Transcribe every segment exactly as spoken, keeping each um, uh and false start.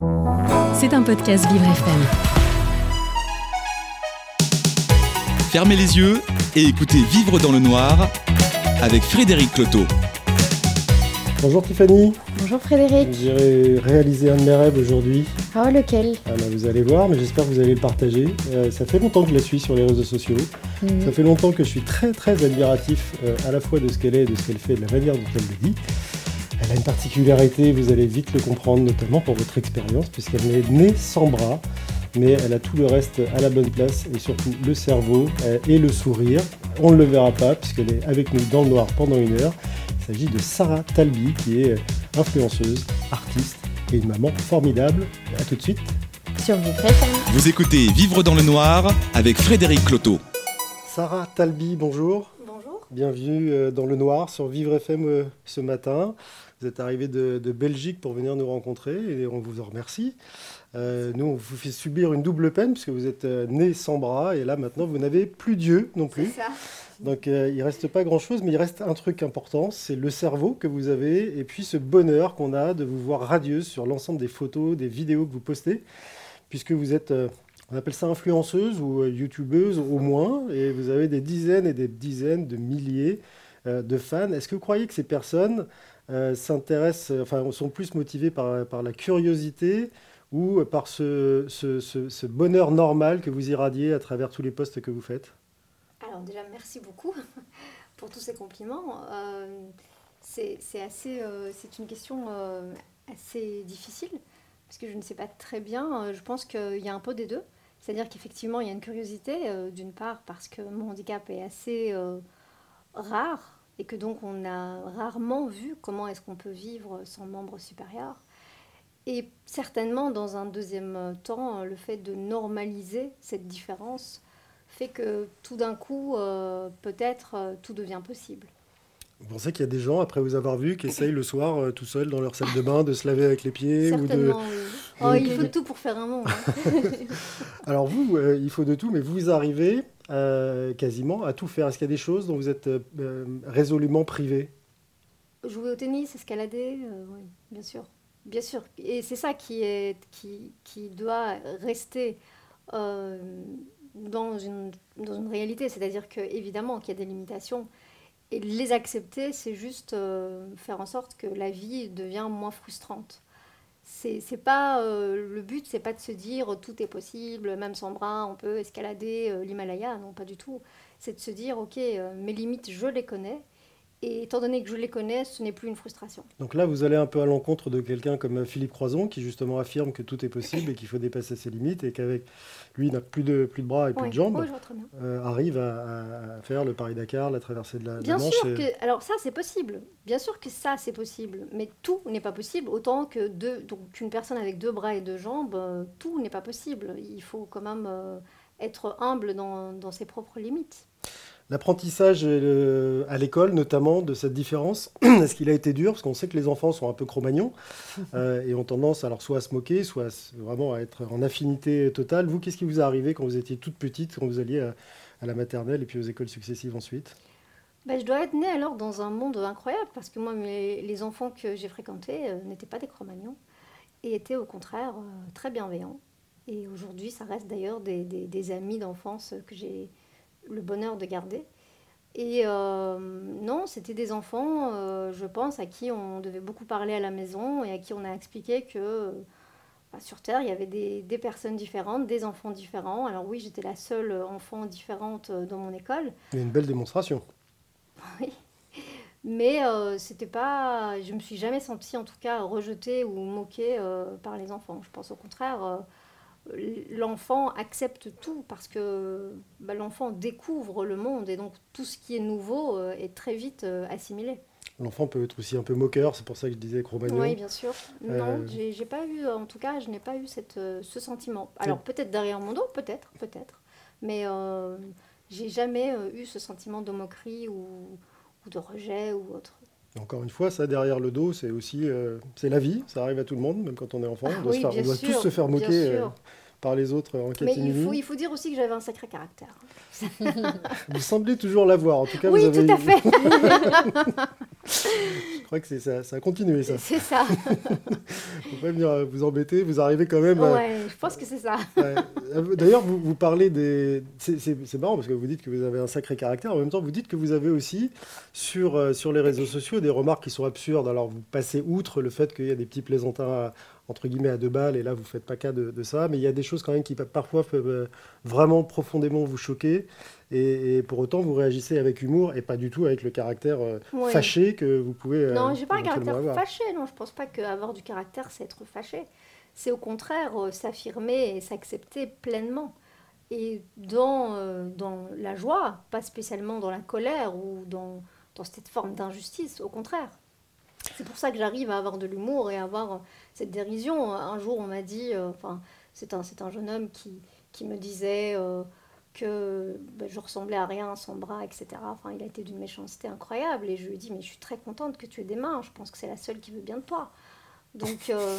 C'est un podcast Vivre F M. Fermez les yeux et écoutez Vivre dans le noir avec Frédéric Cloteau. Bonjour Tiffany. Bonjour Frédéric. J'ai réalisé un de mes rêves aujourd'hui. Oh, lequel ? Ah bah, vous allez voir, mais j'espère que vous allez le partager. Euh, ça fait longtemps que je la suis sur les réseaux sociaux. Mmh. Ça fait longtemps que je suis très très admiratif euh, à la fois de ce qu'elle est et de ce qu'elle fait, de la manière dont elle le dit. Elle a une particularité, vous allez vite le comprendre, notamment pour votre expérience, puisqu'elle est née sans bras, mais elle a tout le reste à la bonne place, et surtout le cerveau euh, et le sourire. On ne le verra pas, puisqu'elle est avec nous dans le noir pendant une heure. Il s'agit de Sarah Talby, qui est influenceuse, artiste et une maman formidable. A tout de suite. Sur Vivre F M. Vous écoutez Vivre dans le noir avec Frédéric Cloteau. Sarah Talby, bonjour. Bonjour. Bienvenue dans le noir sur Vivre F M ce matin. Vous êtes arrivée de, de Belgique pour venir nous rencontrer et on vous en remercie. Euh, nous, on vous fait subir une double peine puisque vous êtes née sans bras et là maintenant vous n'avez plus d'yeux non plus. C'est ça. Donc euh, il ne reste pas grand-chose, mais il reste un truc important, c'est le cerveau que vous avez et puis ce bonheur qu'on a de vous voir radieuse sur l'ensemble des photos, des vidéos que vous postez, puisque vous êtes, euh, on appelle ça influenceuse ou euh, youtubeuse au moins, et vous avez des dizaines et des dizaines de milliers euh, de fans. Est-ce que vous croyez que ces personnes euh, s'intéressent, enfin sont plus motivées par, par la curiosité ou par ce, ce, ce, ce bonheur normal que vous irradiez à travers tous les posts que vous faites ? Alors déjà, merci beaucoup pour tous ces compliments. Euh, c'est, c'est, assez, euh, c'est une question euh, assez difficile, parce que je ne sais pas très bien. Je pense qu'il y a un peu des deux. C'est-à-dire qu'effectivement, il y a une curiosité, euh, d'une part, parce que mon handicap est assez euh, rare, et que donc on a rarement vu comment est-ce qu'on peut vivre sans membre supérieur. Et certainement, dans un deuxième temps, le fait de normaliser cette différence fait que tout d'un coup, euh, peut-être, euh, tout devient possible. Vous pensez qu'il y a des gens, après vous avoir vu, qui essayent le soir, euh, tout seuls, dans leur salle de bain, de se laver avec les pieds Certainement, ou de... oui. Oh, il faut de tout pour faire un monde. Hein. Alors vous, euh, il faut de tout, mais vous arrivez euh, quasiment à tout faire. Est-ce qu'il y a des choses dont vous êtes euh, résolument privé ? Jouer au tennis, escalader, euh, oui, bien sûr. Bien sûr. Et c'est ça qui, est, qui, qui doit rester... Euh, Dans une, dans une réalité, c'est-à-dire qu'évidemment qu'il y a des limitations, et les accepter, c'est juste euh, faire en sorte que la vie devient moins frustrante. C'est, c'est pas, euh, le but, c'est pas de se dire tout est possible, même sans bras, on peut escalader euh, l'Himalaya, non, pas du tout. C'est de se dire, ok, euh, mes limites, je les connais, et étant donné que je les connais, ce n'est plus une frustration. Donc là, vous allez un peu à l'encontre de quelqu'un comme Philippe Croizon, qui justement affirme que tout est possible et qu'il faut dépasser ses limites, et qu'avec lui, il n'a plus de, plus de bras et plus Oui, de jambes, oui, je vois très bien. euh, arrive à, à faire le Paris-Dakar, la traversée de la, de Bien la Manche. sûr et... que, alors ça c'est possible, bien sûr que ça c'est possible, mais tout n'est pas possible, autant que deux, donc qu'une personne avec deux bras et deux jambes, euh, tout n'est pas possible. Il faut quand même euh, être humble dans, dans ses propres limites. L'apprentissage euh, à l'école, notamment, de cette différence, est-ce qu'il a été dur ? Parce qu'on sait que les enfants sont un peu cro-magnons euh, et ont tendance alors soit à se moquer, soit à, vraiment à être en affinité totale. Vous, qu'est-ce qui vous est arrivé quand vous étiez toute petite, quand vous alliez à, à la maternelle et puis aux écoles successives ensuite ? Ben, je dois être née alors dans un monde incroyable, parce que moi, mes, les enfants que j'ai fréquentés euh, n'étaient pas des cro-magnons et étaient au contraire euh, très bienveillants. Et aujourd'hui, ça reste d'ailleurs des, des, des amis d'enfance que j'ai le bonheur de garder. Et euh, non, c'était des enfants, euh, je pense, à qui on devait beaucoup parler à la maison et à qui on a expliqué que bah, sur Terre, il y avait des, des personnes différentes, des enfants différents. Alors oui, j'étais la seule enfant différente dans mon école. Il y a une belle démonstration. Oui, mais euh, c'était pas... Je me suis jamais sentie, en tout cas, rejetée ou moquée euh, par les enfants. Je pense au contraire... Euh, l'enfant accepte tout parce que bah, l'enfant découvre le monde et donc tout ce qui est nouveau euh, est très vite euh, assimilé. L'enfant peut être aussi un peu moqueur, c'est pour ça que je disais cro-magnon. Oui, bien sûr. Euh... Non, j'ai, j'ai pas eu, en tout cas, je n'ai pas eu cette, ce sentiment. Alors oui. Peut-être derrière mon dos, peut-être, peut-être, mais euh, j'ai jamais eu ce sentiment de moquerie ou, ou de rejet ou autre. Encore une fois, ça derrière le dos, c'est aussi euh, c'est la vie, ça arrive à tout le monde, même quand on est enfant. On doit, oui, se faire, on doit tous se faire moquer euh, par les autres en Mais il catimini. faut, il faut dire aussi que j'avais un sacré caractère. Vous semblez toujours l'avoir, en tout cas. Oui, vous avez... tout à fait. Je crois que c'est ça, ça a continué, ça. C'est ça. Faut pas venir vous embêter, vous arrivez quand même... à- Ouais, je pense que c'est ça. Ouais. D'ailleurs, vous, vous parlez des... C'est, c'est, c'est marrant parce que vous dites que vous avez un sacré caractère. En même temps, vous dites que vous avez aussi, sur, euh, sur les réseaux sociaux, des remarques qui sont absurdes. Alors, vous passez outre le fait qu'il y a des petits plaisantins, à- entre guillemets, à deux balles, et là, vous ne faites pas cas de, de ça. Mais il y a des choses quand même qui, parfois, peuvent euh, vraiment profondément vous choquer. Et, et pour autant, vous réagissez avec humour et pas du tout avec le caractère euh, Ouais. fâché que vous pouvez euh, Non, j'ai pas un éventuellement caractère avoir. fâché. Non, je pense pas qu'avoir du caractère, c'est être fâché. C'est au contraire euh, s'affirmer et s'accepter pleinement. Et dans, euh, dans la joie, pas spécialement dans la colère ou dans, dans cette forme d'injustice, au contraire. C'est pour ça que j'arrive à avoir de l'humour et à avoir euh, cette dérision. Un jour, on m'a dit, euh, enfin, c'est un, c'est un jeune homme qui, qui me disait euh, que ben, je ressemblais à rien sans bras, et cetera. Enfin, il a été d'une méchanceté incroyable. Et je lui ai dit, mais je suis très contente que tu aies des mains. Je pense que c'est la seule qui veut bien de toi. Donc, euh,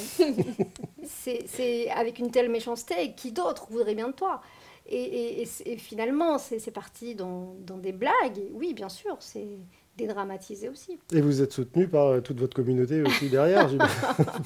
c'est, c'est avec une telle méchanceté, qui d'autre voudrait bien de toi? Et, et, et, et finalement, c'est, c'est parti dans, dans des blagues. Et oui, bien sûr, c'est dédramatisé aussi. Et vous êtes soutenu par euh, toute votre communauté aussi derrière, j'imagine.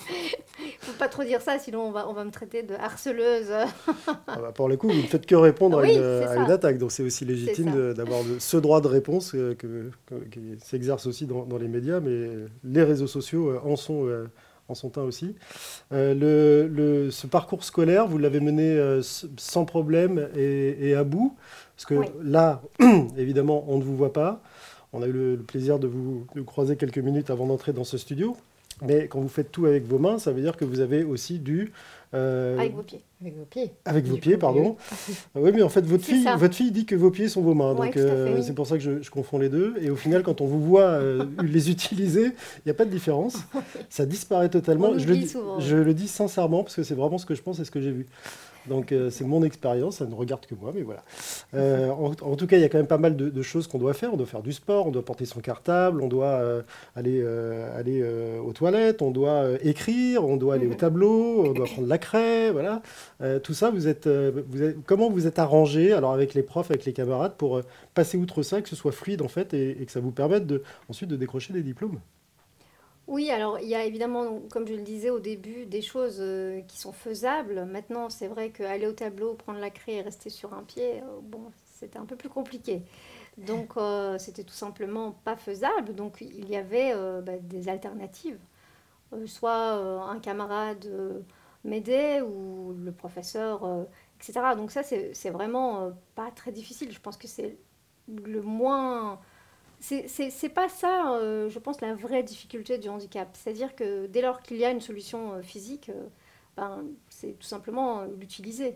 Faut pas trop dire ça, sinon on va, on va me traiter de harceleuse. Ah bah, pour le coup, vous ne faites que répondre Oui, à, une, c'est à ça. une attaque, donc c'est aussi C'est légitime ça. de- d'avoir de- ce droit de réponse euh, que, que- qui s'exerce aussi dans, dans les médias, mais les réseaux sociaux euh, en sont, euh, en sont un aussi. Euh, le, le- ce parcours scolaire, vous l'avez mené euh, s- sans problème et, et à bout, parce que Oui. là, évidemment, on ne vous voit pas. On a eu le, le plaisir de vous, de vous croiser quelques minutes avant d'entrer dans ce studio. Mais quand vous faites tout avec vos mains, ça veut dire que vous avez aussi dû... euh, Avec vos pieds. Avec vos pieds. avec vos Du pieds, coup, pardon. Ah oui, mais en fait, votre C'est fille, ça. votre fille dit que vos pieds sont vos mains. Ouais, Donc, tout à fait, euh, oui. c'est pour ça que je, je confonds les deux. Et au final, quand on vous voit euh, les utiliser, il n'y a pas de différence. Ça disparaît totalement. On Je le, oublie dis, souvent, je le dis sincèrement parce que c'est vraiment ce que je pense et ce que j'ai vu. Donc, euh, c'est mon expérience. Ça ne regarde que moi, mais voilà. Euh, en, en tout cas, il y a quand même pas mal de, de choses qu'on doit faire. On doit faire du sport, on doit porter son cartable, on doit euh, aller, euh, aller euh, aux toilettes, on doit euh, écrire, on doit aller au tableau, on doit prendre la craie, voilà. Euh, tout ça, vous êtes, euh, vous êtes- comment vous êtes arrangé, alors avec les profs, avec les camarades, pour euh, passer outre ça, que ce soit fluide en fait, et, et que ça vous permette de, ensuite de décrocher des diplômes. Oui, alors il y a évidemment, comme je le disais au début, des choses euh, qui sont faisables. Maintenant, c'est vrai qu'aller au tableau, prendre la craie et rester sur un pied, euh, bon, c'était un peu plus compliqué. Donc, euh, c'était tout simplement pas faisable. Donc, il y avait euh, bah, des alternatives. Euh, soit euh, un camarade euh, m'aidait ou le professeur, euh, et cetera. Donc, ça, c'est c'est vraiment euh, pas très difficile. Je pense que c'est le moins. C'est c'est- c'est pas ça, euh, je pense, la vraie difficulté du handicap. C'est-à-dire que dès lors qu'il y a une solution euh, physique, euh, ben, c'est tout simplement euh, l'utiliser.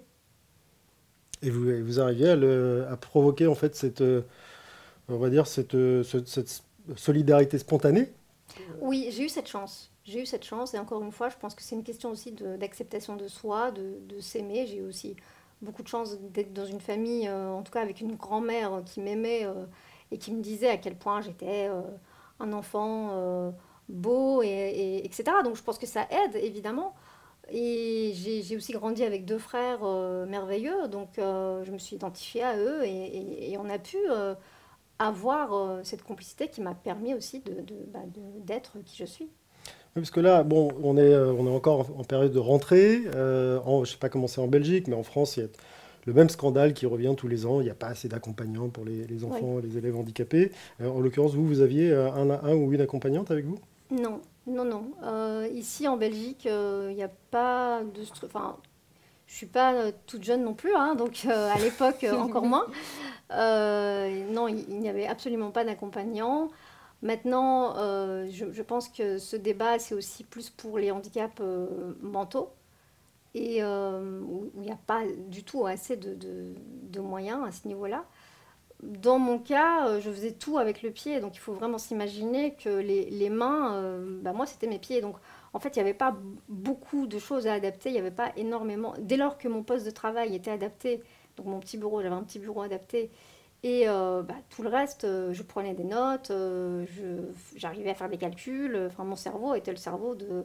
Et vous, et vous arrivez à, le- à provoquer en fait cette, euh, on va dire, cette, euh, ce- cette solidarité spontanée. Oui, j'ai eu cette chance. J'ai eu cette chance et encore une fois, je pense que c'est une question aussi de- d'acceptation de soi, de, de s'aimer. J'ai eu aussi beaucoup de chance d'être dans une famille, euh, en tout cas avec une grand-mère qui m'aimait euh, et qui me disait à quel point j'étais euh, un enfant euh, beau, et, et- etc. Donc je pense que ça aide, évidemment. Et j'ai j'ai aussi grandi avec deux frères euh, merveilleux, donc euh, je me suis identifiée à eux et, et- et on a pu euh, avoir euh, cette complicité qui m'a permis aussi de, de- bah, de- d'être qui je suis. Oui, parce que là, bon, on est, euh, on est encore en en période de rentrée. Euh, en- je ne sais pas comment c'est en Belgique, mais en France, il y a le même scandale qui revient tous les ans. Il n'y a pas assez d'accompagnants pour les, les enfants, les élèves handicapés. Euh, en l'occurrence, vous, vous aviez euh, un, un ou une accompagnante avec vous? Non, non, non. Euh, ici en Belgique, euh, il n'y a pas de... stru- Enfin, je suis pas euh, toute jeune non plus, hein, donc euh, à l'époque euh, encore moins. Euh, non, il il n'y avait absolument pas d'accompagnant. Maintenant, euh, je, je pense que ce débat, c'est aussi plus pour les handicaps euh, mentaux et euh, où où il n'y a pas du tout assez de, de- de moyens à ce niveau-là. Dans mon cas, euh, je faisais tout avec le pied, donc il faut vraiment s'imaginer que les, les mains, euh, bah, moi c'était mes pieds. Donc en fait, il n'y avait pas beaucoup de choses à adapter, il n'y avait pas énormément. Dès lors que mon poste de travail était adapté, donc mon petit bureau, j'avais un petit bureau adapté, et euh, bah, tout le reste, euh, je prenais des notes, euh, je- j'arrivais à faire des calculs, enfin mon cerveau était le cerveau de,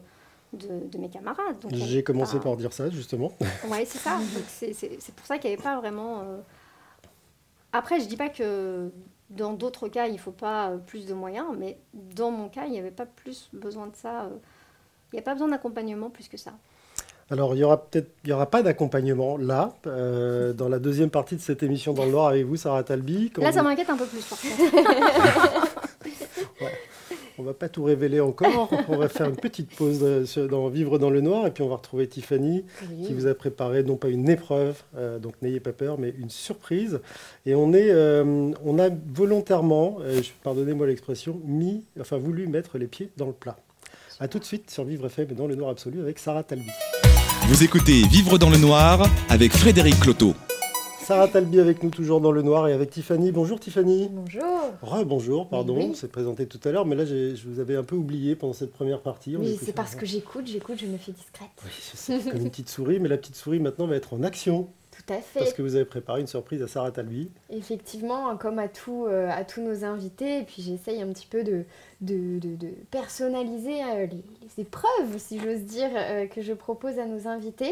de, de mes camarades. Donc, J'ai commencé pas... par dire ça, justement. Oui, c'est ça. Donc, c'est, c'est, c'est pour ça qu'il n'y avait pas vraiment... Euh... Après, je ne dis pas que dans d'autres cas, il ne faut pas plus de moyens, mais dans mon cas, il n'y avait pas plus besoin de ça. Il n'y a pas besoin d'accompagnement plus que ça. Alors, il y aura peut-être, il y aura pas d'accompagnement là, euh, dans la deuxième partie de cette émission Dans le Noir avec vous, Sarah Talby. Là, vous... ça m'inquiète un peu plus, par contre. Ouais. On va pas tout révéler encore. On va faire une petite pause dans Vivre dans le Noir et puis on va retrouver Tiffany oui. qui vous a préparé non pas une épreuve, euh, donc n'ayez pas peur, mais une surprise. Et on est, euh, on a volontairement, euh, pardonnez-moi l'expression, mis, enfin voulu mettre les pieds dans le plat. A tout de suite sur Vivre F M et dans le Noir absolu avec Sarah Talby. Vous écoutez Vivre dans le Noir avec Frédéric Cloteau. Sarah Talby avec nous toujours dans le Noir et avec Tiffany. Bonjour Tiffany. Bonjour. Re-bonjour, pardon, oui. on s'est présenté tout à l'heure, mais là j'ai, je vous avais un peu oublié pendant cette première partie. Oui, c'est parce que j'écoute, j'écoute, je me fais discrète. Oui, je sais, comme une petite souris, mais la petite souris maintenant va être en action. Tout à fait. Parce que vous avez préparé une surprise à Sarah Talby. Effectivement, comme à, tout, euh, à tous nos invités, et puis j'essaye un petit peu de, de, de, de personnaliser euh, les, les épreuves, si j'ose dire, euh, que je propose à nos invités.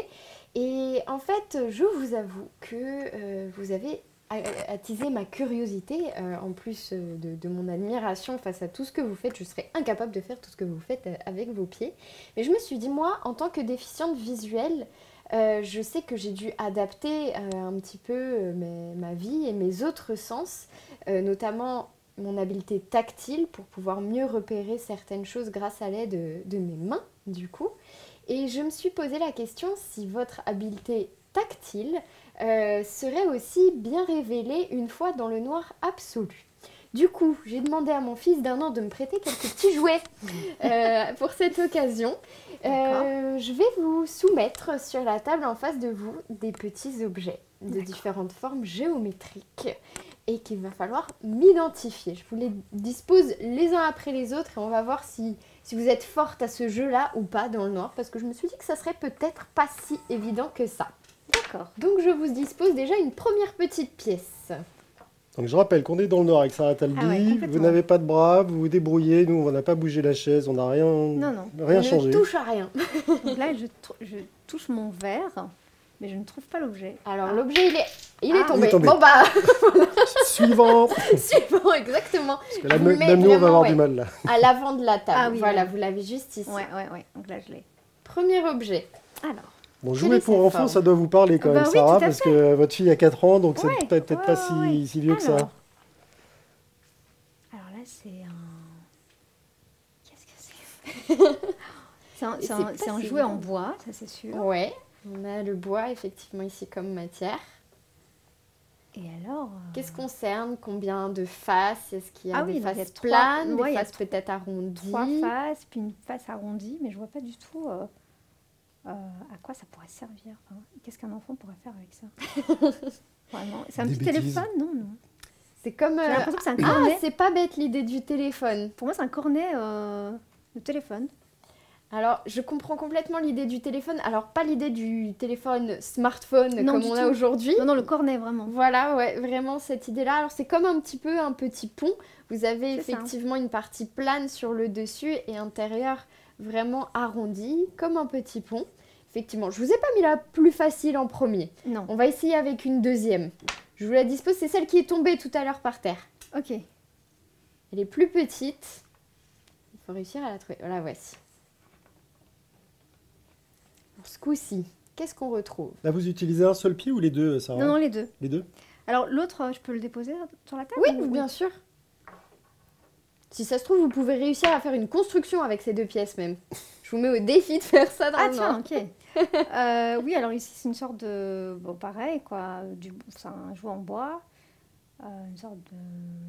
Et en fait, je vous avoue que euh, vous avez attisé ma curiosité, euh, en plus de, de mon admiration face à tout ce que vous faites. Je serais incapable de faire tout ce que vous faites avec vos pieds. Mais je me suis dit, moi, en tant que déficiente visuelle, euh, je sais que j'ai dû adapter euh, un petit peu euh, mes, ma vie et mes autres sens, euh, notamment mon habileté tactile pour pouvoir mieux repérer certaines choses grâce à l'aide de, de mes mains, du coup. Et je me suis posé la question si votre habileté tactile euh, serait aussi bien révélée une fois dans le noir absolu. Du coup, j'ai demandé à mon fils d'un an de me prêter quelques petits jouets euh, pour cette occasion. Euh, je vais vous soumettre sur la table en face de vous des petits objets de D'accord. différentes formes géométriques et qu'il va falloir m'identifier. Je vous les dispose les uns après les autres et on va voir si, si vous êtes forte à ce jeu-là ou pas dans le noir, parce que je me suis dit que ça serait peut-être pas si évident que ça. D'accord. Donc je vous dispose déjà une première petite pièce. Donc je rappelle qu'on est dans le Noir avec Sarah Talby, ah ouais, vous n'avez pas de bras, vous vous débrouillez, nous on n'a pas bougé la chaise, on n'a rien, non, non. rien je changé. Je ne touche à rien. Donc là je, je touche mon verre, mais je ne trouve pas l'objet. Alors ah. l'objet il est, il, ah. est tombé. il est tombé. Bon bah Suivant. Suivant, exactement. Parce que là, même, même nous on va avoir ouais, du mal là. À l'avant de la table, ah, oui, voilà, oui. vous l'avez juste ici. Ouais, ouais, ouais, donc là je l'ai. Premier objet. Alors. Bon, jouer pour enfants, forme. Ça doit vous parler quand bah même, oui, Sarah, parce fait. que votre fille a quatre ans, donc ouais, c'est peut-être ouais, pas si, ouais. si vieux Alors. que ça. Alors là, c'est un... Qu'est-ce que c'est C'est un, c'est un, c'est un jouet en bois, ça c'est sûr. Ouais, on a le bois effectivement ici comme matière. Et alors euh... Qu'est-ce qu'on cerne? Combien de faces? Est-ce qu'il y a ah des oui, faces trois, planes, ouais, des faces peut-être arrondies? Trois faces, puis une face arrondie, mais je vois pas du tout... Euh... Euh, à quoi ça pourrait servir enfin, qu'est-ce qu'un enfant pourrait faire avec ça? Vraiment. C'est un Des petit bêtises. téléphone, non, non. C'est comme. Euh... J'ai l'impression que c'est un cornet. Ah, c'est pas bête l'idée du téléphone. Pour moi, c'est un cornet euh, de téléphone. Alors, je comprends complètement l'idée du téléphone. Alors, pas l'idée du téléphone smartphone non, comme on tout. a aujourd'hui. Non, non, le cornet, vraiment. Voilà, ouais, vraiment cette idée-là. Alors, c'est comme un petit peu un petit pont. Vous avez c'est effectivement ça. une partie plane sur le dessus et intérieur vraiment arrondi, comme un petit pont. Effectivement, je vous ai pas mis la plus facile en premier. Non. On va essayer avec une deuxième. Je vous la dispose, c'est celle qui est tombée tout à l'heure par terre. Ok. Elle est plus petite. Il faut réussir à la trouver. Voilà, voici. Pour ce coup-ci, qu'est-ce qu'on retrouve? Là, vous utilisez un seul pied ou les deux, Sarah? Non, non, les deux. Les deux? Alors, l'autre, je peux le déposer sur la table? Oui, ou... bien sûr. Si ça se trouve, vous pouvez réussir à faire une construction avec ces deux pièces même. Je vous mets au défi de faire ça dans ah, le tiens, noir. ok. euh, oui, alors ici, c'est une sorte de... Bon, pareil, quoi. Du... C'est un jouet en bois. Euh, une sorte de...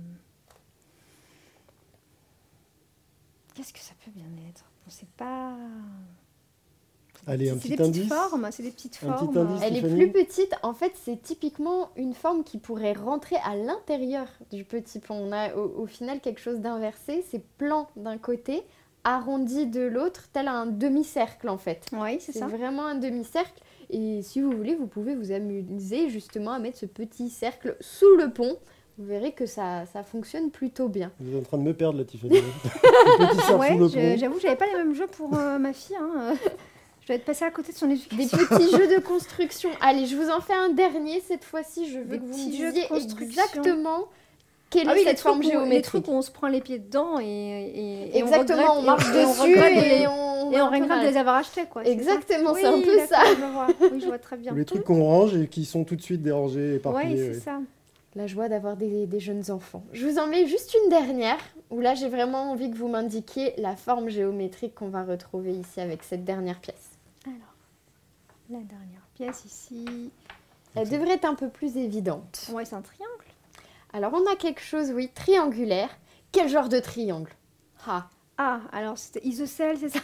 Qu'est-ce que ça peut bien être? Bon, c'est pas... Allez, un c'est petit des indice. Petites formes, c'est des petites un formes. Petit indice, Elle Tiffany. est plus petite. En fait, c'est typiquement une forme qui pourrait rentrer à l'intérieur du petit pont. On a au, au final quelque chose d'inversé. C'est plan d'un côté, arrondi de l'autre, tel un demi-cercle en fait. Oui, c'est, c'est ça. C'est vraiment un demi-cercle. Et si vous voulez, vous pouvez vous amuser justement à mettre ce petit cercle sous le pont Vous verrez que ça, ça fonctionne plutôt bien. Vous êtes en train de me perdre, là, Tiffany. Petit cerf Ouais, sous le je- pont. j'avoue, j'avais pas les mêmes jeux pour euh, ma fille. Hein. Je dois être passée à côté de son Des éducation. petits jeux de construction. Allez, je vous en fais un dernier. Cette fois-ci, je veux Des que vous me petits jeux de disiez construction. exactement quelle Ah est oui, les cette forme trucs, où, les géométrique. trucs où on se prend les pieds dedans et, et, et Exactement, on, on regrette, marche et on dessus regrette de et les- on... et on un peu regrette mal. de les avoir achetés. Quoi, c'est ça Exactement, Oui, c'est un peu ça. d'accord, je vois. Oui, je vois très bien. Les trucs qu'on range et qui sont tout de suite dérangés, Oui, éparpillés. c'est ouais. ça. La joie d'avoir des, des jeunes enfants. Je vous en mets juste une dernière, où là j'ai vraiment envie que vous m'indiquiez la forme géométrique qu'on va retrouver ici avec cette dernière pièce. Alors, la dernière pièce ici. Elle devrait être un peu plus évidente. Ouais, c'est un triangle. Alors on a quelque chose, oui, triangulaire. Quel genre de triangle? Ah, Ah, alors c'était isocèle, c'est ça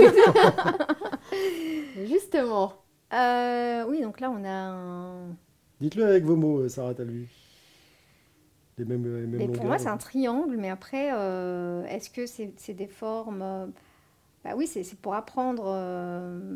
justement. euh, Oui, donc là on a un. Dites-le avec vos mots, euh, Sarah Talbu. Les mêmes, les mêmes Mais pour longueurs. moi, c'est un triangle, mais après, euh, est-ce que c'est c'est des formes euh, Bah oui, c'est c'est pour apprendre. euh,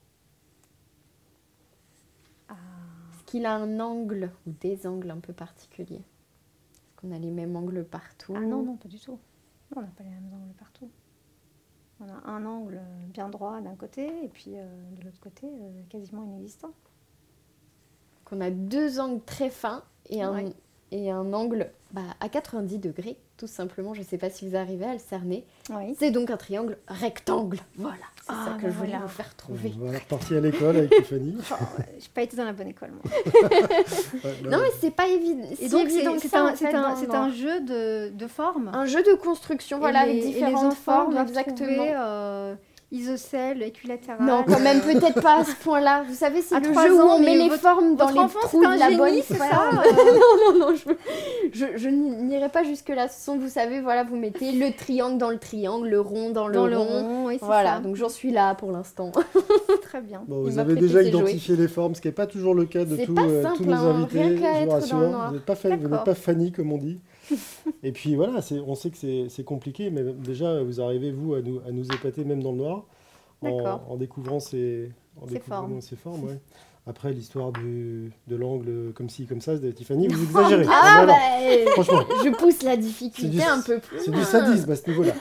à- Est-ce qu'il a un angle ou des angles un peu particuliers? Est-ce qu'on a les mêmes angles partout? Ah non, non, pas du tout. Non, on n'a pas les mêmes angles partout. On a un angle bien droit d'un côté, et puis euh, de l'autre côté, euh, quasiment inexistant. Qu'on a deux angles très fins et un, Ouais. et un angle bah, à quatre-vingt-dix degrés, tout simplement. Je ne sais pas si vous arrivez à le cerner. Oui. C'est donc un triangle rectangle. Voilà, c'est Ah, ça que bah je voulais voilà. vous faire trouver. On va repartir à l'école avec Tiffany. Enfin, euh, j'ai pas été dans la bonne école, moi. Ouais, bah, Non, mais c'est pas évident. Et si donc, c'est évident que c'est ça, un, en c'est fait, un, dans- c'est dans- un jeu de, de formes. un jeu de construction, Et voilà, les- avec et les différentes enfants formes, doivent exactement. trouver, euh, isocèle, équilatéral. Non, quand même, euh, peut-être pas à ce point-là. Vous savez, c'est À le trois jeu où ans, on met mais les votre- formes dans votre les enfant, trous c'est de un la génie, bonne c'est forme. ça non, non, non, je, je, je n'irai pas jusque-là. Ce sont, vous savez, voilà, vous mettez le triangle dans le triangle, le rond dans le Dans rond. le rond, oui, c'est Voilà, ça. donc j'en suis là pour l'instant. Très bien. Bon, Il vous m'a avez prêté déjà ses jouets. identifié les formes, ce qui n'est pas toujours le cas de C'est tous, pas euh, simple, tous nos hein, invités. rien qu'à Je vous être rassure, dans le noir. vous n'êtes pas, fa- vous D'accord. n'êtes pas Fanny, comme on dit. Et puis voilà, c'est- on sait que c'est c'est compliqué, mais déjà, vous arrivez, vous, à nous, à nous épater, même dans le noir, en, D'accord. en découvrant ces, en Ces découvrant formes. ces formes. Ouais. Après, l'histoire du- de l'angle comme ci, comme ça, de Tiffany, vous exagérez. Ah, Voilà. bah, Franchement, je pousse la c'est difficulté du, un peu plus. c'est du loin. sadisme à ce niveau-là.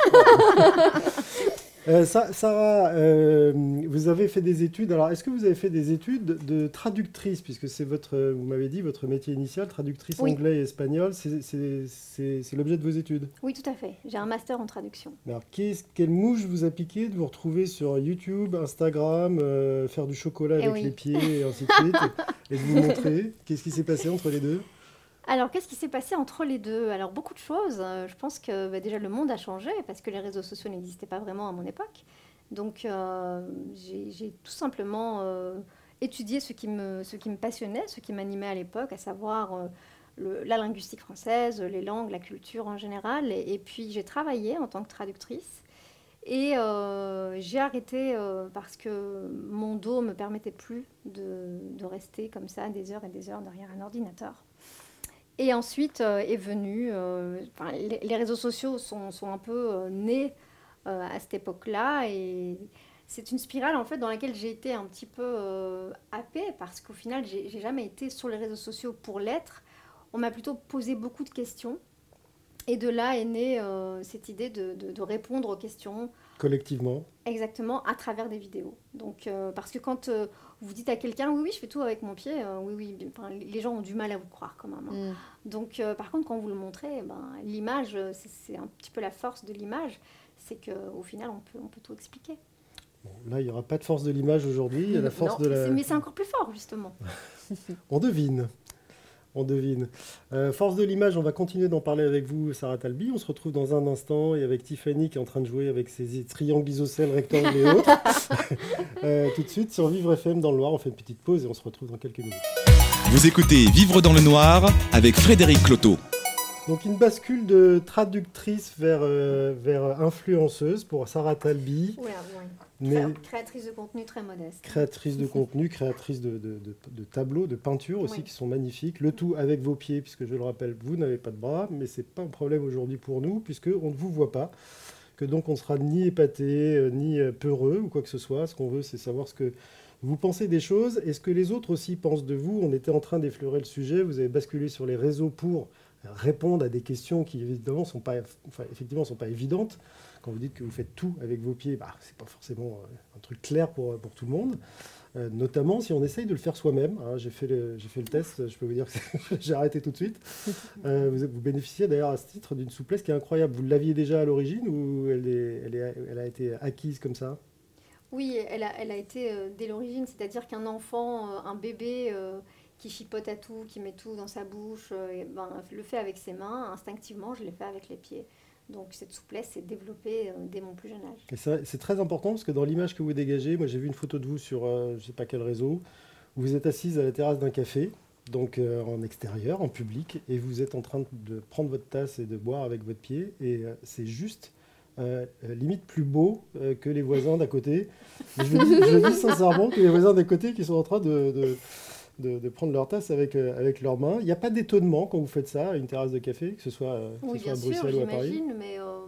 Euh, Sa- Sarah, euh, vous avez fait des études. Alors, est-ce que vous avez fait des études de traductrice, puisque c'est votre, vous m'avez dit, votre métier initial, traductrice Oui. anglais et espagnol, c'est- c'est c'est- c'est l'objet de vos études. Oui, tout à fait. J'ai un master en traduction. Alors, qu'est-ce- quelle mouche vous a piqué de vous retrouver sur YouTube, Instagram, euh, faire du chocolat Eh avec oui. les pieds et ainsi de suite, et, et de vous montrer? Qu'est-ce qui s'est passé entre les deux? Alors, qu'est-ce qui s'est passé entre les deux? Alors, beaucoup de choses. Euh, Je pense que bah, déjà, le monde a changé parce que les réseaux sociaux n'existaient pas vraiment à mon époque. Donc, euh, j'ai j'ai tout simplement euh, étudié ce qui, me, ce qui me passionnait, ce qui m'animait à l'époque, à savoir euh, le- la linguistique française, les langues, la culture en général. Et, et puis, j'ai travaillé en tant que traductrice. Et euh, j'ai arrêté euh, parce que mon dos ne me permettait plus de, de rester comme ça des heures et des heures derrière un ordinateur. Et ensuite euh, est venu, euh, enfin, les, les réseaux sociaux sont, sont un peu euh, nés euh, à cette époque-là, et c'est une spirale en fait dans laquelle j'ai été un petit peu euh, happée parce qu'au final j'ai j'ai jamais été sur les réseaux sociaux pour l'être. On m'a plutôt posé beaucoup de questions, et de là est née euh, cette idée de, de- de répondre aux questions. Collectivement. Exactement, à travers des vidéos. Donc, euh, parce que quand euh, vous dites à quelqu'un, oui, oui, je fais tout avec mon pied, euh, oui, oui, bien- enfin, les gens ont du mal à vous croire quand même. hein. Mm. Donc, euh, par contre, quand vous le montrez, ben, l'image, euh, c'est c'est un petit peu la force de l'image, c'est qu'au final, on peut, on peut tout expliquer. Bon, là, il n'y aura pas de force de l'image aujourd'hui, il y a la force Non, de la... C'est- Mais c'est encore plus fort, justement. On devine. On devine. Euh, force de l'image, on va continuer d'en parler avec vous, Sarah Talbi. On se retrouve dans un instant et avec Tiffany qui est en train de jouer avec ses triangles isocèles, rectangles et autres. Euh, tout de suite sur Vivre F M dans le Loir, on fait une petite pause et on se retrouve dans quelques minutes. Vous écoutez Vivre dans le Noir avec Frédéric Cloteau. Donc une bascule de traductrice vers, euh, vers influenceuse pour Sarah Talbi, Ouais, ouais. mais Cré- Créatrice de contenu très modeste. créatrice de contenu, créatrice de, de- de- de tableaux, de peintures aussi Oui. qui sont magnifiques. Le tout avec vos pieds, puisque je le rappelle, vous n'avez pas de bras, mais c'est pas un problème aujourd'hui pour nous, puisqu'on ne vous voit pas. Que donc on ne sera ni épaté, euh, ni euh, peureux ou quoi que ce soit. Ce qu'on veut, c'est savoir ce que vous pensez des choses et ce que les autres aussi pensent de vous. On était en train d'effleurer le sujet. Vous avez basculé sur les réseaux pour répondre à des questions qui évidemment sont pas, enfin, effectivement sont pas évidentes. Quand vous dites que vous faites tout avec vos pieds, bah, c'est pas forcément un truc clair pour, pour tout le monde. Euh, notamment si on essaye de le faire soi-même. Hein, j'ai, fait le, j'ai fait le test, je peux vous dire que j'ai arrêté tout de suite. Euh, vous, vous bénéficiez d'ailleurs à ce titre d'une souplesse qui est incroyable. Vous l'aviez déjà à l'origine ou elle, est, elle, est, elle a été acquise comme ça ? Oui, elle a, elle a été euh, dès l'origine, c'est-à-dire qu'un enfant, euh, un bébé euh, qui chipote à tout, qui met tout dans sa bouche, euh, et ben, le fait avec ses mains, instinctivement, je l'ai fait avec les pieds. Donc cette souplesse s'est développée euh, dès mon plus jeune âge. Et c'est, c'est très important parce que dans l'image que vous dégagez, moi j'ai vu une photo de vous sur euh, je ne sais pas quel réseau, où vous êtes assise à la terrasse d'un café, donc euh, en extérieur, en public, et vous êtes en train de prendre votre tasse et de boire avec votre pied, et euh, c'est juste euh, limite plus beau euh, que les voisins d'à côté. Et je, le dis, je le dis sincèrement, que les voisins d'à côté qui sont en train de... de De, de prendre leur tasse avec, euh, avec leurs mains. Il n'y a pas d'étonnement quand vous faites ça à une terrasse de café, que ce soit, euh, que Oui, ce soit bien à Bruxelles sûr, ou à Paris. j'imagine, mais euh,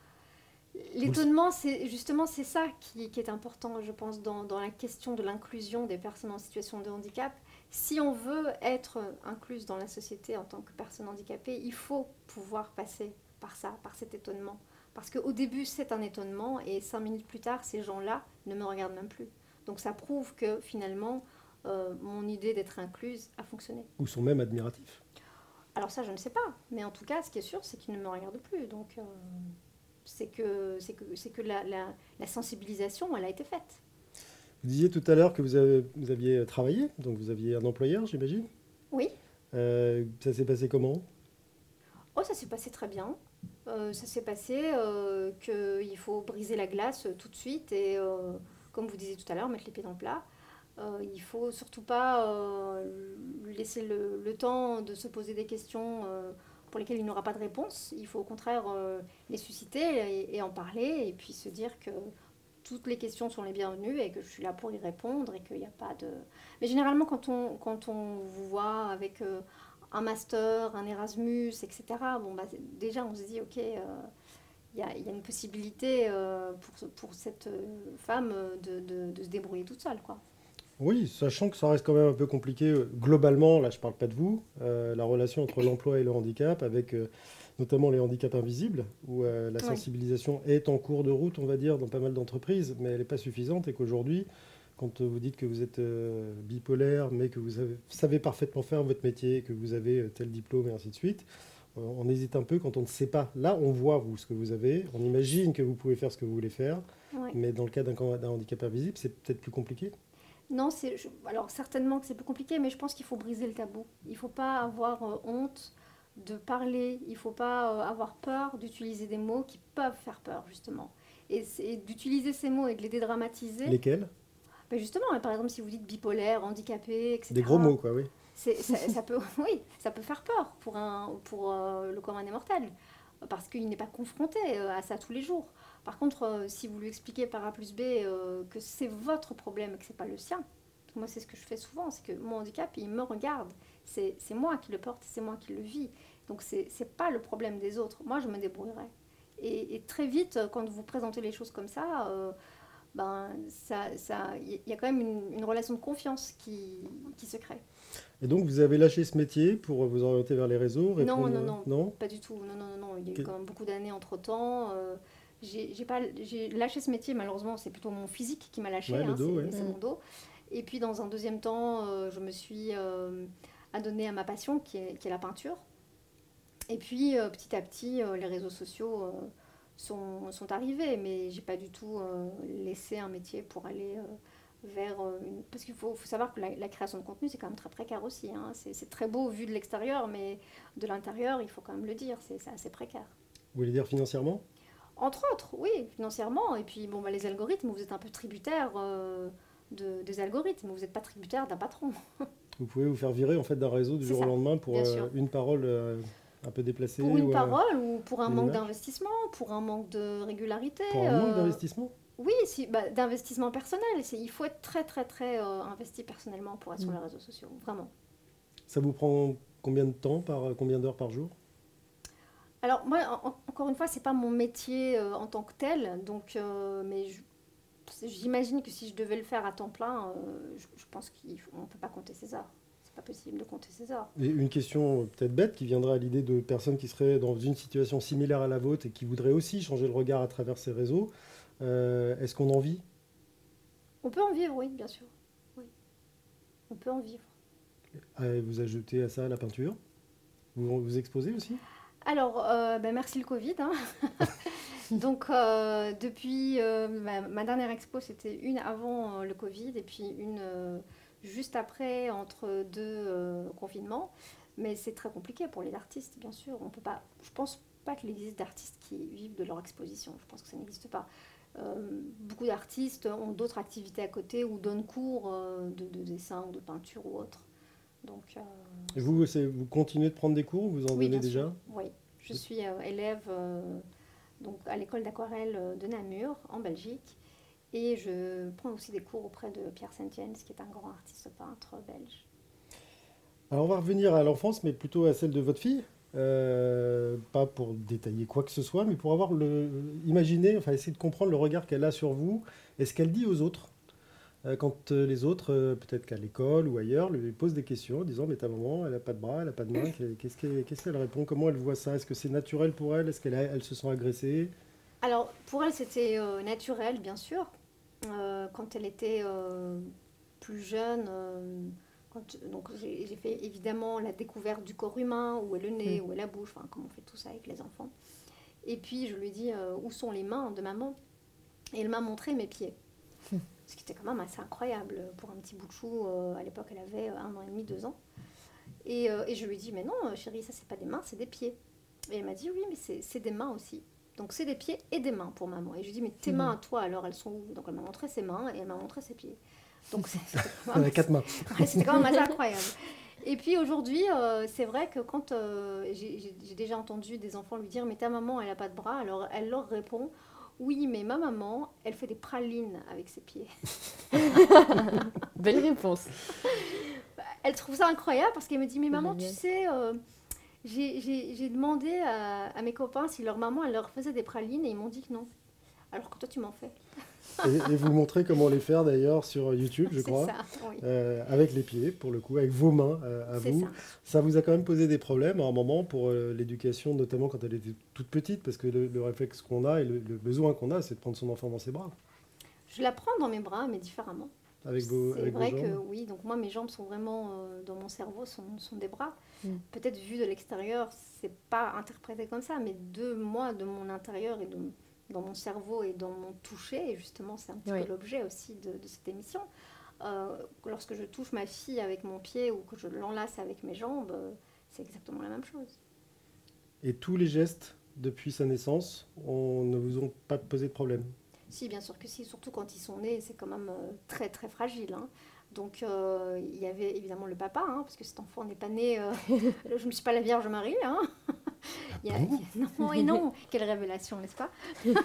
l'étonnement, c'est, justement, c'est ça qui, qui est important, je pense, dans, dans la question de l'inclusion des personnes en situation de handicap. Si on veut être incluse dans la société en tant que personne handicapée, il faut pouvoir passer par ça, par cet étonnement. Parce qu'au début, c'est un étonnement, et cinq minutes plus tard, ces gens-là ne me regardent même plus. Donc ça prouve que finalement... Euh, mon idée d'être incluse a fonctionné. Ou sont même admiratifs. Alors ça, je ne sais pas. Mais en tout cas, ce qui est sûr, c'est qu'ils ne me regardent plus. Donc, euh, c'est que, c'est que, c'est que la, la, la sensibilisation, elle a été faite. Vous disiez tout à l'heure que vous, avez, vous aviez travaillé, donc vous aviez un employeur, j'imagine ? Oui. Euh, ça s'est passé comment ? Oh, ça s'est passé très bien. Euh, ça s'est passé euh, qu'il faut briser la glace tout de suite et, euh, comme vous disiez tout à l'heure, mettre les pieds dans le plat. Euh, il ne faut surtout pas euh, lui laisser le, le temps de se poser des questions euh, pour lesquelles il n'aura pas de réponse. Il faut au contraire euh, les susciter et, et en parler et puis se dire que toutes les questions sont les bienvenues et que je suis là pour y répondre et qu'il n'y a pas de... Mais généralement, quand on, quand on vous voit avec euh, un master, un Erasmus, et cetera, bon, bah, déjà on se dit, ok... Euh, Il y, a, il y a une possibilité euh, pour, pour cette femme de, de, de se débrouiller toute seule, quoi. Oui, sachant que ça reste quand même un peu compliqué, globalement, là je ne parle pas de vous, euh, la relation entre l'emploi et le handicap, avec euh, notamment les handicaps invisibles, où euh, la sensibilisation oui. est en cours de route, on va dire, dans pas mal d'entreprises, mais elle n'est pas suffisante, et qu'aujourd'hui, quand vous dites que vous êtes euh, bipolaire, mais que vous avez, savez parfaitement faire votre métier, que vous avez tel diplôme, et ainsi de suite, euh, on hésite un peu quand on ne sait pas. Là, on voit, vous, ce que vous avez, on imagine que vous pouvez faire ce que vous voulez faire, oui. mais dans le cas d'un, d'un handicap invisible, c'est peut-être plus compliqué. Non, c'est, je, alors certainement que c'est plus compliqué, mais je pense qu'il faut briser le tabou. Il ne faut pas avoir euh, honte de parler, il ne faut pas euh, avoir peur d'utiliser des mots qui peuvent faire peur, justement. Et, et d'utiliser ces mots et de les dédramatiser. Lesquels ? Ben justement, par exemple, si vous dites bipolaire, handicapé, et cetera. Des gros mots, quoi, oui. C'est, ça, ça peut, oui, ça peut faire peur pour, un, pour euh, le commun des mortels, parce qu'il n'est pas confronté à ça tous les jours. Par contre, euh, si vous lui expliquez par A plus B euh, que c'est votre problème et que ce n'est pas le sien, moi c'est ce que je fais souvent, c'est que mon handicap, il me regarde, c'est, c'est moi qui le porte, c'est moi qui le vis, donc c'est, c'est pas le problème des autres, moi je me débrouillerai. Et, et très vite, quand vous présentez les choses comme ça, euh, ben, ça, ça, y a quand même une, une relation de confiance qui, qui se crée. Et donc, vous avez lâché ce métier pour vous orienter vers les réseaux ? Non, non, non, non, pas du tout. Non, non, non, non. Il y a eu quand même beaucoup d'années entre-temps. Euh, j'ai, j'ai, pas, j'ai lâché ce métier, malheureusement, c'est plutôt mon physique qui m'a lâché. Ouais, hein, le dos, c'est, ouais. c'est mon dos. Et puis, dans un deuxième temps, euh, je me suis euh, adonnée à ma passion, qui est, qui est la peinture. Et puis, euh, petit à petit, euh, les réseaux sociaux euh, sont, sont arrivés, mais j'ai pas du tout euh, laissé un métier pour aller... Euh, vers une... Parce qu'il faut, faut savoir que la, la création de contenu, c'est quand même très précaire aussi. Hein. C'est, c'est très beau vu de l'extérieur, mais de l'intérieur, il faut quand même le dire, c'est, c'est assez précaire. Vous voulez dire financièrement ? Entre autres, oui, financièrement. Et puis, bon, bah, les algorithmes, vous êtes un peu tributaire euh, de, des algorithmes. Vous n'êtes pas tributaire d'un patron. Vous pouvez vous faire virer en fait, d'un réseau du c'est jour ça, au lendemain pour euh, une parole euh, un peu déplacée. Pour une ou, parole ou pour un manque image. d'investissement, pour un manque de régularité. Pour un manque euh... d'investissement ? Oui, si, bah, d'investissement personnel. C'est, il faut être très, très, très euh, investi personnellement pour être mmh. sur les réseaux sociaux, vraiment. Ça vous prend combien de temps, par, combien d'heures par jour ? Alors, moi, en, encore une fois, ce n'est pas mon métier euh, en tant que tel, donc, euh, mais je, j'imagine que si je devais le faire à temps plein, euh, je, je pense qu'on ne peut pas compter ces heures. pas possible de compter ses heures. Et une question peut-être bête qui viendrait à l'idée de personnes qui seraient dans une situation similaire à la vôtre et qui voudraient aussi changer le regard à travers ces réseaux. Euh, est-ce qu'on en vit ? On peut en vivre, oui, bien sûr. Oui. On peut en vivre. Euh, Vous ajoutez à ça la peinture ? Vous vous exposez aussi ? Alors, euh, ben merci le Covid. Hein. Donc, euh, depuis euh, ma, ma dernière expo, c'était une avant euh, le Covid et puis une euh, juste après, entre deux euh, confinements. Mais c'est très compliqué pour les artistes, bien sûr. On peut pas, je ne pense pas qu'il existe d'artistes qui vivent de leur exposition. Je pense que ça n'existe pas. Euh, beaucoup d'artistes ont d'autres activités à côté ou donnent cours euh, de, de dessin ou de peinture ou autre. Donc, euh, Et vous, c'est- vous continuez de prendre des cours ? Vous en oui, donnez bien déjà ? sûr. Oui, je suis euh, élève euh, donc, à l'école d'aquarelle de Namur, en Belgique. Et je prends aussi des cours auprès de Pierre Saint-Jens, qui est un grand artiste peintre belge. Alors on va revenir à l'enfance, mais plutôt à celle de votre fille. Euh, pas pour détailler quoi que ce soit, mais pour avoir le, imaginer, enfin essayer de comprendre le regard qu'elle a sur vous et ce qu'elle dit aux autres. Euh, quand euh, les autres, euh, peut-être qu'à l'école ou ailleurs, lui posent des questions en disant « mais ta maman, elle n'a pas de bras, elle n'a pas de main, qu'est-ce qu'elle, qu'est-ce qu'elle répond ? Comment elle voit ça ? Est-ce que c'est naturel pour elle ? Est-ce qu'elle a- elle se sent agressée ?» Alors, pour elle, c'était euh, naturel, bien sûr. Euh, quand elle était euh, plus jeune, euh, quand, donc j'ai, j'ai fait évidemment la découverte du corps humain, où est le nez, Mm. où est la bouche, enfin, comme on fait tout ça avec les enfants. Et puis, je lui ai dit euh, où sont les mains de maman ? Et elle m'a montré mes pieds. Ce qui était quand même assez incroyable pour un petit bout de chou. Euh, à l'époque, elle avait un an et demi, deux ans. Et, euh, et je lui ai dit, mais non, chérie, ça, c'est pas des mains, c'est des pieds. Et elle m'a dit, oui, mais c'est, c'est des mains aussi. Donc, c'est des pieds et des mains pour maman. Et je lui ai dit, mais tes Mhm. mains à toi, alors, elles sont où ? Donc, elle m'a montré ses mains et elle m'a montré ses pieds. Donc, c'est- c'était quand Elle même, a quatre mains. ouais, c'était quand même assez incroyable. Et puis aujourd'hui, euh, c'est vrai que quand euh, j'ai, j'ai- j'ai déjà entendu des enfants lui dire, mais ta maman, elle n'a pas de bras, alors elle leur répond, oui, mais ma maman, elle fait des pralines avec ses pieds. Belle réponse. Elle trouve ça incroyable parce qu'elle me dit, mais C'est maman, tu génial. sais, euh, j'ai, j'ai- j'ai demandé à, à mes copains si leur maman, elle leur faisait des pralines et ils m'ont dit que non. Alors que toi, tu m'en fais. Et, et vous montrez comment les faire d'ailleurs sur YouTube, je C'est crois. ça, oui. Euh, avec les pieds, pour le coup, avec vos mains euh, à C'est vous. ça. Ça vous a quand même posé des problèmes à un moment pour euh, l'éducation, notamment quand elle était toute petite, parce que le, le réflexe qu'on a et le, le besoin qu'on a, c'est de prendre son enfant dans ses bras, Je la prends dans mes bras, mais différemment. avec vos, C'est avec vos vrai jambes. que oui, donc moi mes jambes sont vraiment euh, dans mon cerveau, sont, sont des bras. Mm. Peut-être vu de l'extérieur, c'est pas interprété comme ça, mais de moi, de mon intérieur et de, dans mon cerveau et dans mon toucher, et justement c'est un petit Oui. peu l'objet aussi de, de cette émission. Euh, lorsque je touche ma fille avec mon pied ou que je l'enlace avec mes jambes, euh, c'est exactement la même chose. Et tous les gestes depuis sa naissance, on ne vous ont pas posé de problème. Si, bien sûr que si, surtout quand ils sont nés, c'est quand même euh, très très fragile. Hein. Donc euh, il y avait évidemment le papa, hein, parce que cet enfant n'est pas né, euh, je ne suis pas la Vierge Marie. Hein. Il y a- il y a- non, et non, quelle révélation, n'est-ce pas?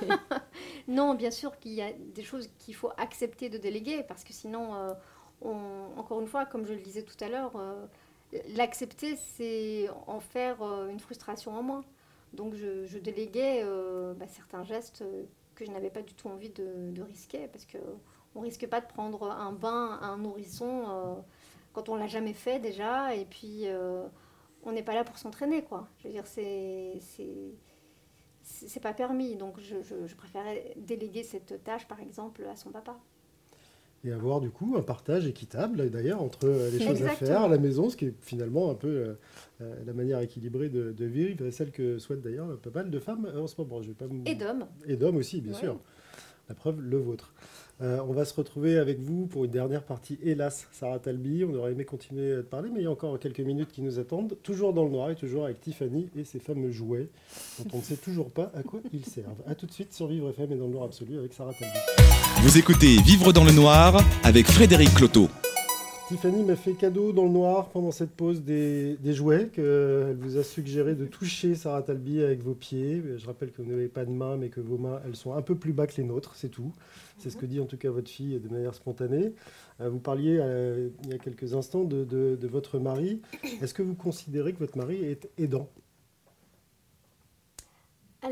Non, bien sûr qu'il y a des choses qu'il faut accepter de déléguer, parce que sinon, euh, on- encore une fois, comme je le disais tout à l'heure, euh, l'accepter, c'est en faire euh, une frustration en moins. Donc je, je déléguais euh, bah, certains gestes euh, que je n'avais pas du tout envie de, de risquer, parce qu'on ne risque pas de prendre un bain à un nourrisson euh, quand on ne l'a jamais fait déjà, et puis euh, on n'est pas là pour s'entraîner, quoi. Je veux dire, c'est, c'est, c'est, c'est pas permis, donc je, je, je préférais déléguer cette tâche, par exemple, à son papa. Et avoir du coup un partage équitable d'ailleurs entre euh, les choses à Exactement. faire à la maison, ce qui est finalement un peu euh, euh, la manière équilibrée de, de vivre, et celle que souhaitent d'ailleurs pas mal de femmes euh, en ce moment. Je vais pas m- Et d'hommes. Et d'hommes aussi, bien Ouais. sûr. La preuve, le vôtre. Euh, on va se retrouver avec vous pour une dernière partie, hélas, Sarah Talby. On aurait aimé continuer de parler, mais il y a encore quelques minutes qui nous attendent. Toujours dans le noir et toujours avec Tiffany et ses fameux jouets dont on ne sait toujours pas à quoi ils servent. A tout de suite sur Vivre F M et dans le noir absolu avec Sarah Talby. Vous écoutez Vivre dans le noir avec Frédéric Cloteau. Tiffany m'a fait cadeau dans le noir pendant cette pause des, des jouets qu'elle vous a suggéré de toucher, Sarah Talby, avec vos pieds. Je rappelle que vous n'avez pas de main, mais que vos mains, elles sont un peu plus bas que les nôtres, c'est tout. C'est ce que dit en tout cas votre fille de manière spontanée. Euh, Vous parliez euh, il y a quelques instants de, de- de votre mari. Est-ce que vous considérez que votre mari est aidant ? Alors,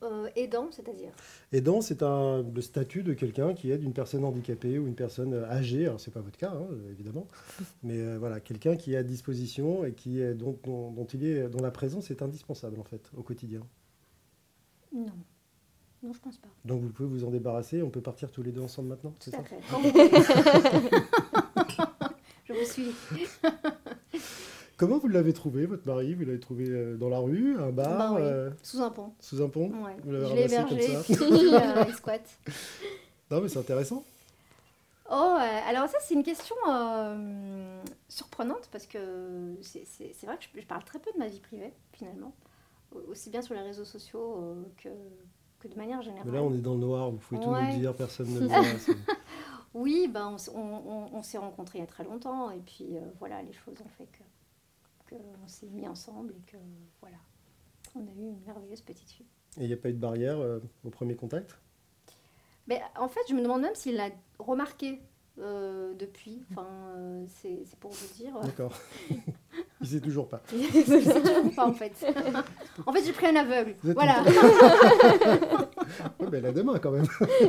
Euh, aidant, c'est-à-dire? Aidant, c'est un, le statut de quelqu'un qui aide une personne handicapée ou une personne âgée. Alors, ce n'est pas votre cas, hein, évidemment. Mais euh, voilà, quelqu'un qui est à disposition et qui est, dont, dont, dont, il est, dont la présence est indispensable, en fait, au quotidien. Non. Non, je pense pas. Donc, vous pouvez vous en débarrasser. On peut partir tous les deux ensemble maintenant, Tout c'est à ça? fait. Quand vous voulez. Je vous suis. Comment vous l'avez trouvé, votre mari? Vous l'avez trouvé euh, dans la rue, un bar, Ben oui, euh, sous un pont. sous un pont? Ouais. Vous l'avez Je l'ai ramassé hébergé, comme ça? puis euh, il squatte. Non, mais c'est intéressant. Oh, euh, alors ça, c'est une question euh, surprenante parce que c'est, c'est, c'est vrai que je, je parle très peu de ma vie privée, finalement. Aussi bien sur les réseaux sociaux euh, que, que de manière générale. Mais là, on est dans le noir, vous pouvez tout Ouais. nous dire, personne ne le voit. c'est- Oui, ben, on, s- on, on- on s'est rencontrés il y a très longtemps et puis euh, voilà, les choses ont fait que qu'on s'est mis ensemble et que voilà, on a eu une merveilleuse petite fille. Et il n'y a pas eu de barrière euh, au premier contact? Mais en fait, je me demande même s'il l'a remarqué euh, depuis. Enfin, euh, c'est, c'est pour vous dire. D'accord. Il sait toujours pas. Je sais toujours pas en fait. En fait, j'ai pris un aveugle. Vous êtes Voilà. Ouais, ben, elle a deux mains quand même.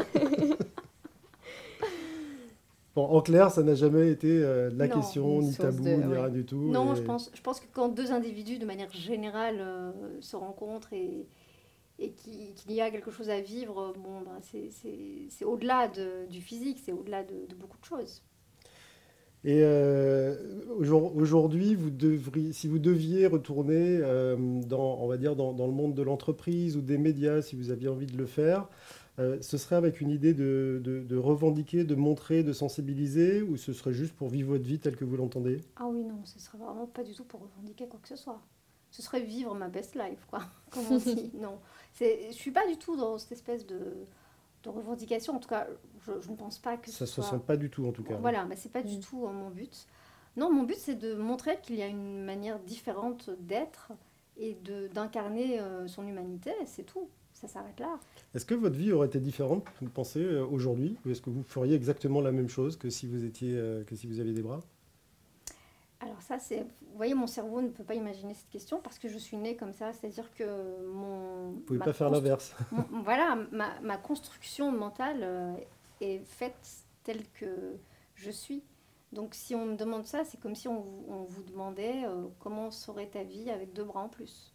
Bon, en clair, ça n'a jamais été euh, la Non, question, une ni source tabou, de- ni ouais. rien du tout. Non, et- je pense, je pense que quand deux individus, de manière générale, euh, se rencontrent et, et qu'il, qu'il y a quelque chose à vivre, bon, ben, c'est, c'est, c'est au-delà de- du physique, c'est au-delà de, de beaucoup de choses. Et euh, aujourd- aujourd'hui, vous devriez, si vous deviez retourner euh, dans, on va dire, dans, dans le monde de l'entreprise ou des médias, si vous aviez envie de le faire, euh, ce serait avec une idée de, de- de revendiquer, de montrer, de sensibiliser, ou ce serait juste pour vivre votre vie telle que vous l'entendez? Ah oui, non, ce serait vraiment pas du tout pour revendiquer quoi que ce soit. Ce serait vivre ma best life, quoi, comme on dit. Non, c'est, je suis pas du tout dans cette espèce de, de revendication. En tout cas, je, je ne pense pas que Ça ce ne se soit... ressent pas du tout, en tout cas. Voilà, bah, c'est pas du Mm. tout euh, mon but. Non, mon but, c'est de montrer qu'il y a une manière différente d'être et de, d'incarner euh, son humanité, c'est tout. Ça s'arrête là. Est-ce que votre vie aurait été différente, vous pensez, euh, aujourd'hui? Ou est-ce que vous feriez exactement la même chose que si vous, étiez, euh, que si vous aviez des bras? Alors ça, c'est... Vous voyez, mon cerveau ne peut pas imaginer cette question parce que je suis née comme ça. C'est-à-dire que mon... Vous ne pouvez ma pas faire constru- l'inverse. Mon- voilà, ma, ma construction mentale euh, est faite telle que je suis. Donc si on me demande ça, c'est comme si on, vous- on vous demandait euh, comment serait ta vie avec deux bras en plus.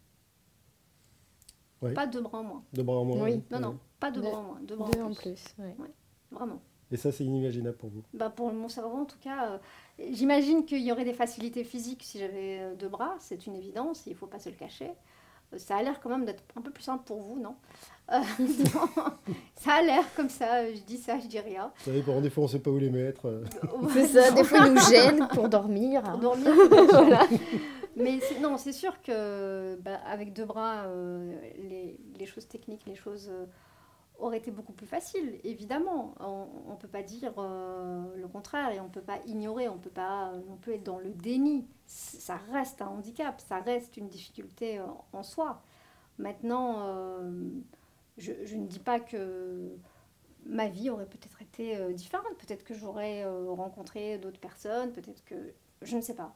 Oui. Pas deux bras en moins. De bras en moins? Oui. oui. Non, Oui. non, pas deux Deux- bras en moins. Deux bras Deux en en plus. plus. Ouais. Vraiment. Et ça, c'est inimaginable pour vous? Bah, pour mon cerveau, en tout cas, euh, j'imagine qu'il y aurait des facilités physiques si j'avais euh, deux bras. C'est une évidence, il ne faut pas se le cacher. Euh, ça a l'air quand même d'être un peu plus simple pour vous, non? Euh, non, ça a l'air comme ça, euh, je dis ça, je dis rien. Vous savez, par des fois, on ne sait pas où les mettre. euh. C'est ça, des fois ils nous gênent pour dormir. Pour hein. dormir. Voilà. Mais c'est- non, c'est sûr que bah, avec deux bras, euh, les, les choses techniques, les choses euh, auraient été beaucoup plus faciles, évidemment. On ne peut pas dire euh, le contraire et on ne peut pas ignorer, on ne peut pas euh, non plus être dans le déni. C- Ça reste un handicap, ça reste une difficulté euh, en soi. Maintenant, euh, je, je ne dis pas que ma vie aurait peut-être été euh, différente. Peut-être que j'aurais euh, rencontré d'autres personnes, peut-être que... Je ne sais pas.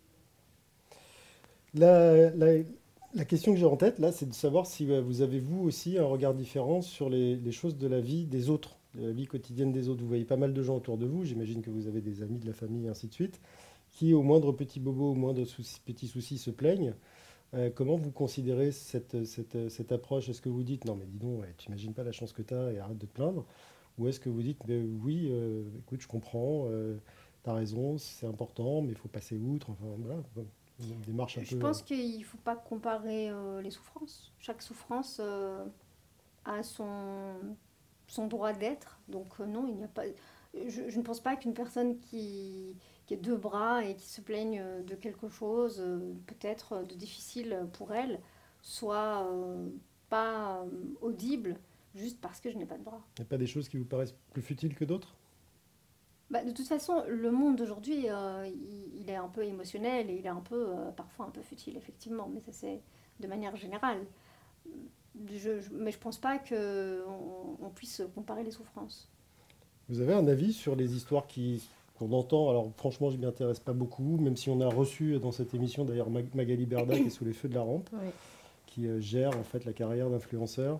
La, la, la question que j'ai en tête, là, c'est de savoir si euh, vous avez, vous aussi, un regard différent sur les, les choses de la vie des autres, de la vie quotidienne des autres. Vous voyez pas mal de gens autour de vous, j'imagine que vous avez des amis de la famille, et ainsi de suite, qui, au moindre petit bobo, au moindre souci, petit souci, se plaignent. Euh, comment vous considérez cette, cette, cette approche? Est-ce que vous dites, non mais dis donc, ouais, tu n'imagines pas la chance que tu as et arrête de te plaindre? Ou est-ce que vous dites, ben, oui, euh, écoute, je comprends, euh, tu as raison, c'est important, mais il faut passer outre, enfin voilà, une démarche un Je peu... pense qu'il ne faut pas comparer euh, les souffrances. Chaque souffrance euh, a son, son droit d'être. Donc euh, non, il n'y a pas... Je, je ne pense pas qu'une personne qui, qui a deux bras et qui se plaigne de quelque chose, euh, peut-être de difficile pour elle, soit euh, pas euh, audible juste parce que je n'ai pas de bras. Il n'y a pas des choses qui vous paraissent plus futiles que d'autres? Bah, de toute façon, le monde d'aujourd'hui, euh, il, il est un peu émotionnel et il est un peu, euh, parfois un peu futile, effectivement. Mais ça, c'est de manière générale. Je, je, mais je ne pense pas qu'on on puisse comparer les souffrances. Vous avez un avis sur les histoires qui, qu'on entend? Alors franchement, je ne m'y intéresse pas beaucoup, même si on a reçu dans cette émission d'ailleurs Mag- Magali Berda qui est sous les feux de la rampe, Ouais. qui euh, gère en fait la carrière d'influenceur.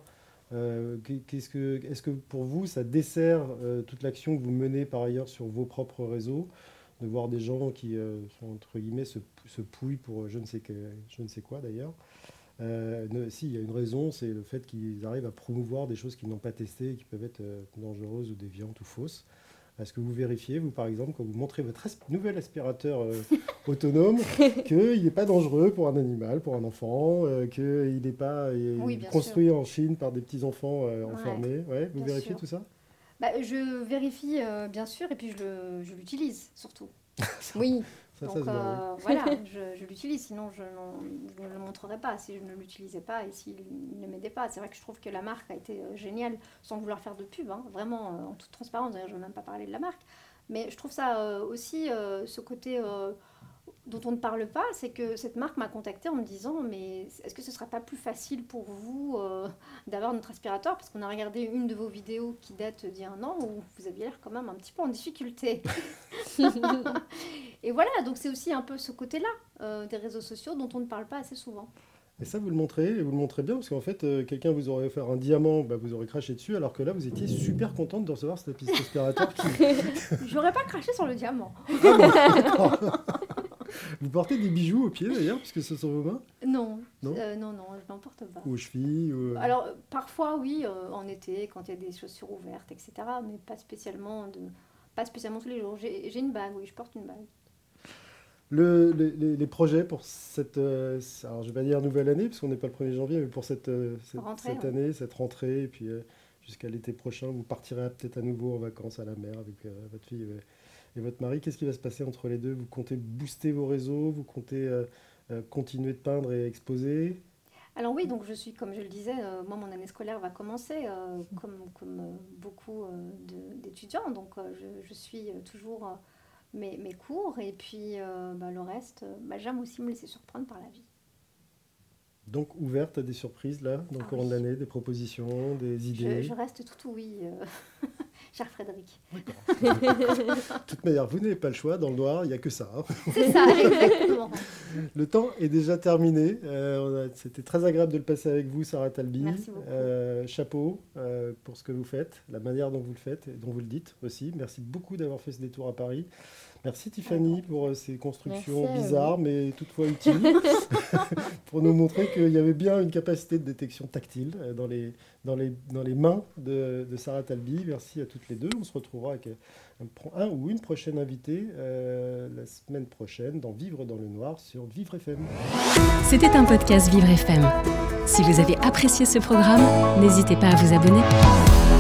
Euh, qu'est-ce que, est-ce que pour vous, ça dessert euh, toute l'action que vous menez par ailleurs sur vos propres réseaux, de voir des gens qui euh, sont, entre guillemets, se, se pouillent pour je ne sais, que, je ne sais quoi d'ailleurs. Euh, ne, si, il y a une raison, c'est le fait qu'ils arrivent à promouvoir des choses qu'ils n'ont pas testées et qui peuvent être euh, dangereuses ou déviantes ou fausses. Est-ce que vous vérifiez, vous par exemple, quand vous montrez votre asp- nouvel aspirateur euh, autonome, qu'il n'est pas dangereux pour un animal, pour un enfant, euh, qu'il n'est pas euh, Oui, construit sûr. en Chine par des petits-enfants euh, Ouais. enfermés? Ouais, vous Bien vérifiez sûr. tout ça? Bah, je vérifie euh, bien sûr et puis je, le, je l'utilise surtout. Oui, Ça, ça Donc se voit, euh, voilà, je, je l'utilise, sinon je, n'en- je ne le montrerais pas si je ne l'utilisais pas et s'il ne m'aidait pas. C'est vrai que je trouve que la marque a été euh, géniale, sans vouloir faire de pub, hein, vraiment euh, en toute transparence, d'ailleurs je ne veux même pas parler de la marque. Mais je trouve ça euh, aussi, euh, ce côté euh, dont on ne parle pas, c'est que cette marque m'a contactée en me disant mais est-ce que ce ne sera pas plus facile pour vous euh, d'avoir notre aspirateur, parce qu'on a regardé une de vos vidéos qui date d'il y a un an où vous aviez l'air quand même un petit peu en difficulté. Et voilà, donc c'est aussi un peu ce côté-là euh, des réseaux sociaux dont on ne parle pas assez souvent. Et ça, vous le montrez, et vous le montrez bien, parce qu'en fait, euh, quelqu'un vous aurait offert un diamant, bah, vous aurez craché dessus, alors que là, vous étiez super contente de recevoir cet aspirateur qui... J'aurais pas craché sur le diamant. Vous portez des bijoux aux pieds d'ailleurs, puisque ce sont vos mains? Non, Non euh, non, non, je n'en porte pas. Ou aux chevilles ou... Alors, euh, parfois, oui, euh, en été, quand il y a des chaussures ouvertes, et cetera, mais pas spécialement, de, pas spécialement tous les jours. J'ai, j'ai une bague, oui, je porte une bague. Le, les, les projets pour cette, euh, alors je vais pas dire nouvelle année, parce qu'on n'est pas le premier janvier, mais pour cette, euh, cette, Rentrée, cette ouais. année, cette rentrée, et puis euh, jusqu'à l'été prochain, vous partirez peut-être à nouveau en vacances à la mer avec euh, votre fille et, et votre mari. Qu'est-ce qui va se passer entre les deux? Vous comptez booster vos réseaux? Vous comptez euh, euh, continuer de peindre et exposer? Alors oui, donc je suis, comme je le disais, euh, moi mon année scolaire va commencer, euh, comme, comme euh, beaucoup euh, de- d'étudiants, donc euh, je, je suis euh, toujours euh, mes, mes cours, et puis euh, bah, le reste, euh, bah, j'aime aussi me laisser surprendre par la vie. Donc ouverte à des surprises là, dans le Ah courant oui. de l'année, des propositions, des Je, idées? je reste tout oui, euh, cher Frédéric. De toute manière, vous n'avez pas le choix, dans le noir, il n'y a que ça. hein. C'est ça, exactement. Le temps est déjà terminé. Euh, on a- c'était très agréable de le passer avec vous, Sarah Talby. Merci beaucoup. Euh, chapeau euh, pour ce que vous faites, la manière dont vous le faites et dont vous le dites aussi. Merci beaucoup d'avoir fait ce détour à Paris. Merci Tiffany pour euh, ces constructions Merci à vous. bizarres mais toutefois utiles pour nous montrer qu'il y avait bien une capacité de détection tactile euh, dans les, dans les, dans les mains de, de Sarah Talby. Merci à toutes les deux. On se retrouvera avec un, pro- un ou une prochaine invitée euh, la semaine prochaine dans Vivre dans le Noir sur Vivre F M. C'était un podcast Vivre F M. Si vous avez apprécié ce programme, n'hésitez pas à vous abonner.